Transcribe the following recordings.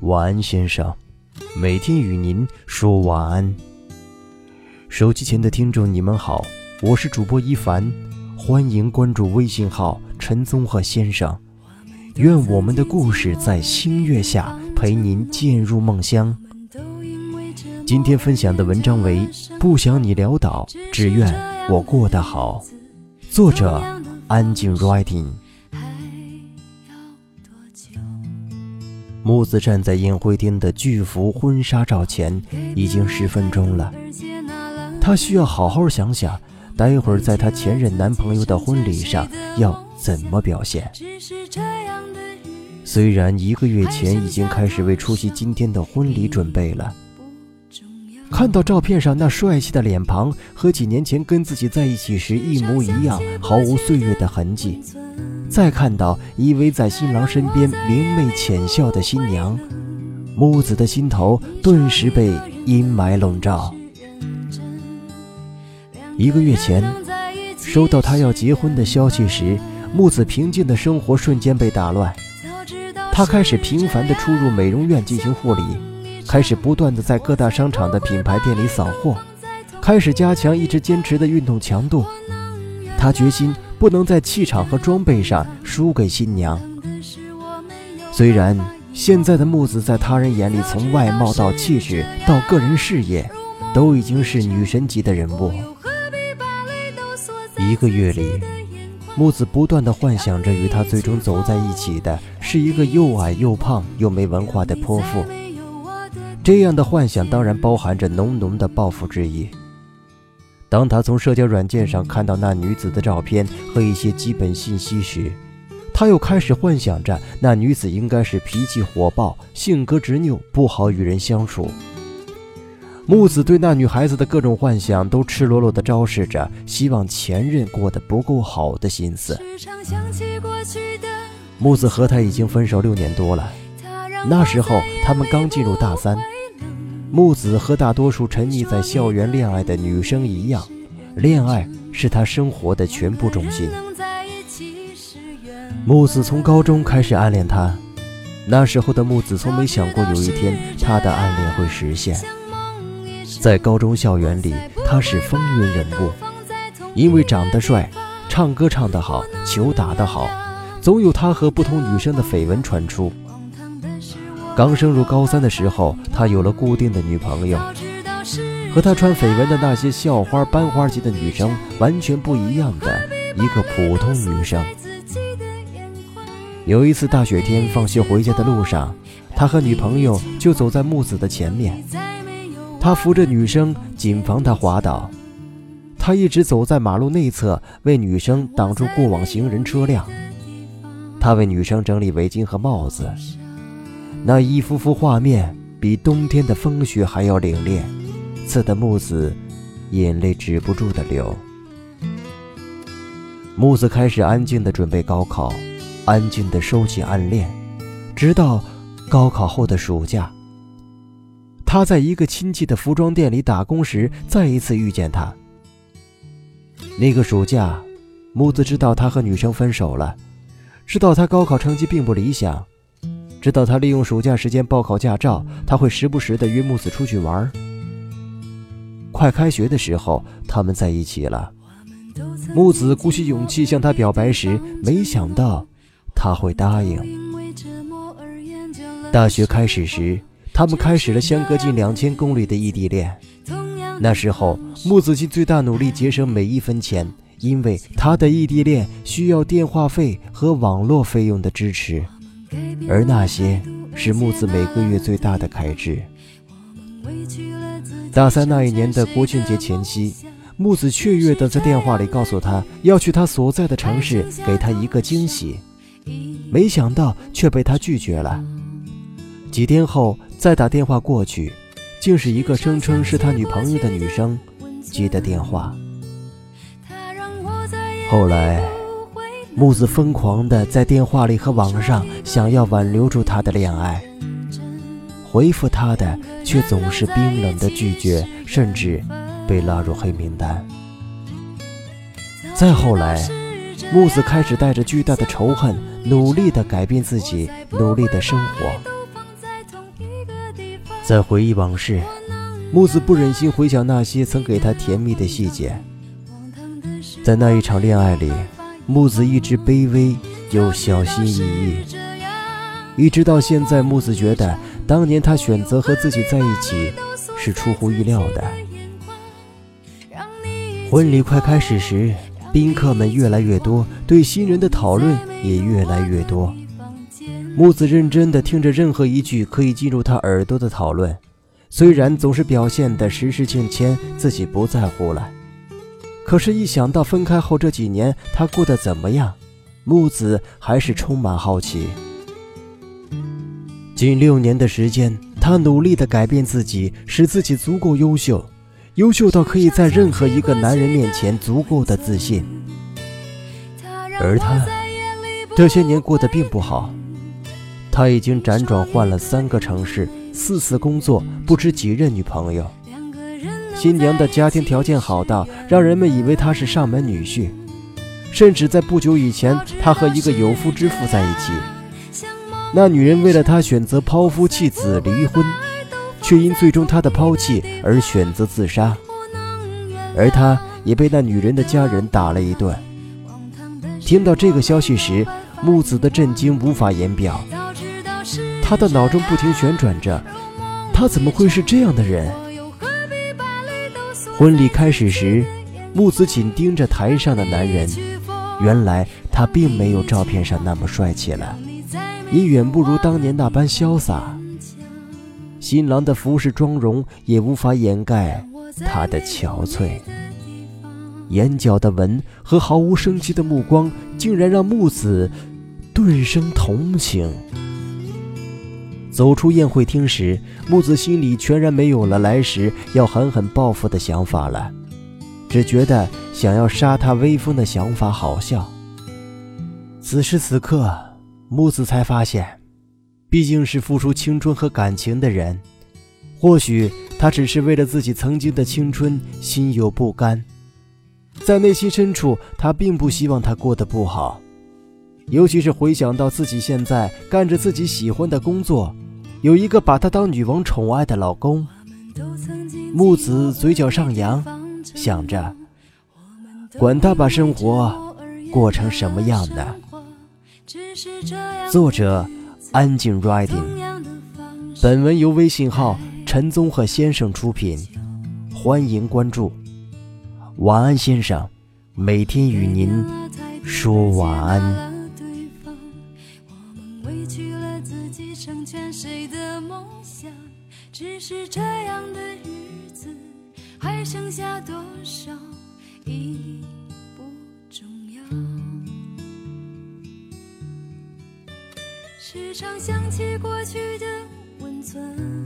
晚安先生，每天与您说晚安。手机前的听众你们好，我是主播一凡，欢迎关注微信号陈宗鹤先生。愿我们的故事在星月下陪您渐入梦乡。今天分享的文章为不想你潦倒，只愿我过得好，作者安静 writing。木子站在宴会厅的巨幅婚纱照前已经10分钟了，她需要好好想想待会儿在她前任男朋友的婚礼上要怎么表现。虽然1个月前已经开始为出席今天的婚礼准备了，看到照片上那帅气的脸庞和几年前跟自己在一起时一模一样，毫无岁月的痕迹，再看到依偎在新郎身边明媚浅笑的新娘，木子的心头顿时被阴霾笼罩。1个月前收到他要结婚的消息时，木子平静的生活瞬间被打乱。他开始频繁地出入美容院进行护理，开始不断地在各大商场的品牌店里扫货，开始加强一直坚持的运动强度。他决心不能在气场和装备上输给新娘。虽然现在的木子在他人眼里从外貌到气质到个人事业都已经是女神级的人物。1个月里，木子不断地幻想着与他最终走在一起的是一个又矮又胖又没文化的泼妇。这样的幻想当然包含着浓浓的报复之意。当他从社交软件上看到那女子的照片和一些基本信息时，他又开始幻想着那女子应该是脾气火爆，性格执拗，不好与人相处。木子对那女孩子的各种幻想都赤裸裸地昭示着希望前任过得不够好的心思。木子和他已经分手6年多了，那时候他们刚进入大3。木子和大多数沉迷在校园恋爱的女生一样，恋爱是她生活的全部重心。木子从高中开始暗恋他，那时候的木子从没想过有一天他的暗恋会实现。在高中校园里，他是风云人物，因为长得帅，唱歌唱得好，球打得好，总有他和不同女生的绯闻传出。刚升入高3的时候，他有了固定的女朋友，和他传绯闻的那些校花班花级的女生完全不一样的一个普通女生。有一次大雪天放学回家的路上，他和女朋友就走在木子的前面，他扶着女生谨防她滑倒，他一直走在马路内侧，为女生挡住过往行人车辆，他为女生整理围巾和帽子。那一幅幅画面比冬天的风雪还要凛冽，刺得木子眼泪止不住的流。木子开始安静地准备高考，安静地收起暗恋，直到高考后的暑假，他在一个亲戚的服装店里打工时再一次遇见他。那个暑假，木子知道他和女生分手了，知道他高考成绩并不理想，知道他利用暑假时间报考驾照，他会时不时地约木子出去玩。快开学的时候，他们在一起了。木子鼓起勇气向他表白时，没想到他会答应。大学开始时，他们开始了相隔近2000公里的异地恋。那时候，木子尽最大努力节省每一分钱，因为他的异地恋需要电话费和网络费用的支持，而那些是木子每个月最大的开支。大3那一年的国庆节前夕，木子雀跃地在电话里告诉他要去他所在的城市给他一个惊喜，没想到却被他拒绝了。几天后再打电话过去，竟是一个声称是他女朋友的女生接的电话。后来木子疯狂地在电话里和网上想要挽留住他的恋爱，回复他的却总是冰冷的拒绝，甚至被拉入黑名单。再后来，木子开始带着巨大的仇恨，努力地改变自己，努力地生活。 在回忆往事，木子不忍心回想那些曾给他甜蜜的细节。在那一场恋爱里，木子一直卑微又小心翼翼，一直到现在，木子觉得当年他选择和自己在一起是出乎意料的。婚礼快开始时，宾客们越来越多，对新人的讨论也越来越多。木子认真地听着任何一句可以进入他耳朵的讨论，虽然总是表现得实实境迁，自己不在乎了。可是，一想到分开后这几年他过得怎么样，木子还是充满好奇。近6年的时间，他努力地改变自己，使自己足够优秀，优秀到可以在任何一个男人面前足够的自信。而他这些年过得并不好，他已经辗转换了3个城市，4次工作，不知几任女朋友。新娘的家庭条件好到让人们以为他是上门女婿，甚至在不久以前，他和一个有妇之妇在一起。那女人为了他选择抛夫弃子离婚，却因最终他的抛弃而选择自杀，而他也被那女人的家人打了一顿。听到这个消息时，木子的震惊无法言表，他的脑中不停旋转着，他怎么会是这样的人？婚礼开始时，木子紧盯着台上的男人，原来他并没有照片上那么帅气了，也远不如当年那般潇洒。新郎的服饰妆容也无法掩盖他的憔悴，眼角的纹和毫无生气的目光，竟然让木子顿生同情。走出宴会厅时，木子心里全然没有了来时要狠狠报复的想法了，只觉得想要杀他威风的想法好笑。此时此刻，木子才发现，毕竟是付出青春和感情的人，或许他只是为了自己曾经的青春心有不甘，在内心深处，他并不希望他过得不好，尤其是回想到自己现在干着自己喜欢的工作，有一个把她当女王宠爱的老公。木子嘴角上扬，想着管他把生活过成什么样呢。作者安静 Writing， 本文由微信号陈宗鹤先生出品，欢迎关注。晚安先生，每天与您说晚安。成全谁的梦想，只是这样的日子还剩下多少已不重要。时常想起过去的温存，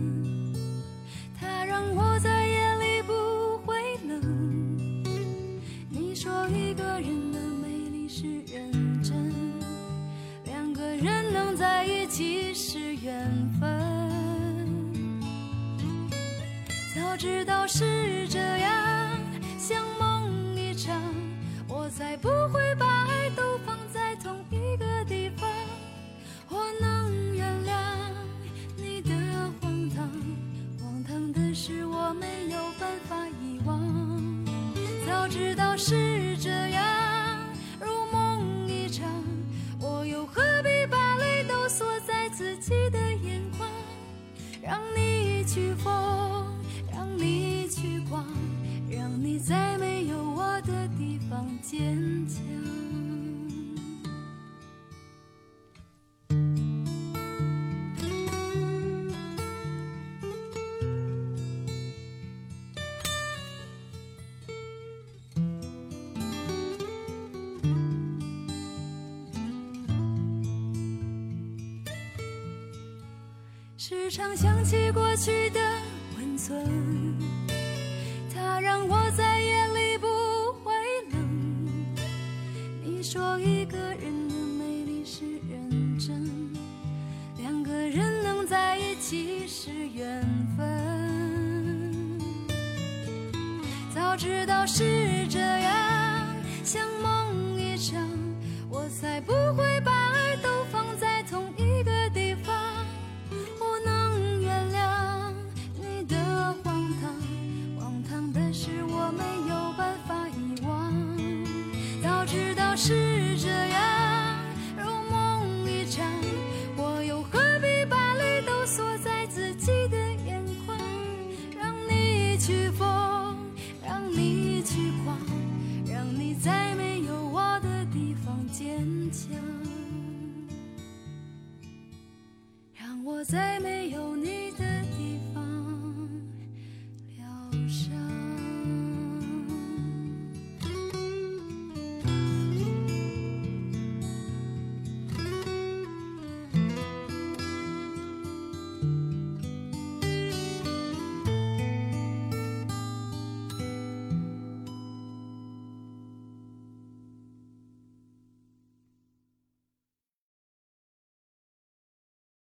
它让我在夜里不会冷。你说一个人的美丽是认真，两个人能在一起是缘分，早知道是这样，像梦一场，我才不会把爱都放在同一个地方。我能原谅你的荒唐，荒唐的是我没有办法遗忘。早知道是这样，如梦一场，我又何必把泪都锁在自己的眼眶，让你去疯，让你去狂，让你在没有我的地方坚强。时常想起过去的温存，它让我在夜里不会冷。你说一个人的美丽是认真，两个人能在一起是缘分。早知道是这样，像梦一场，我才不会把爱都放在同一个地方。我能原谅要是这样如梦一场，我又何必把泪都锁在自己的眼眶？让你去疯，让你去狂，让你在没有我的地方坚强，让我在没有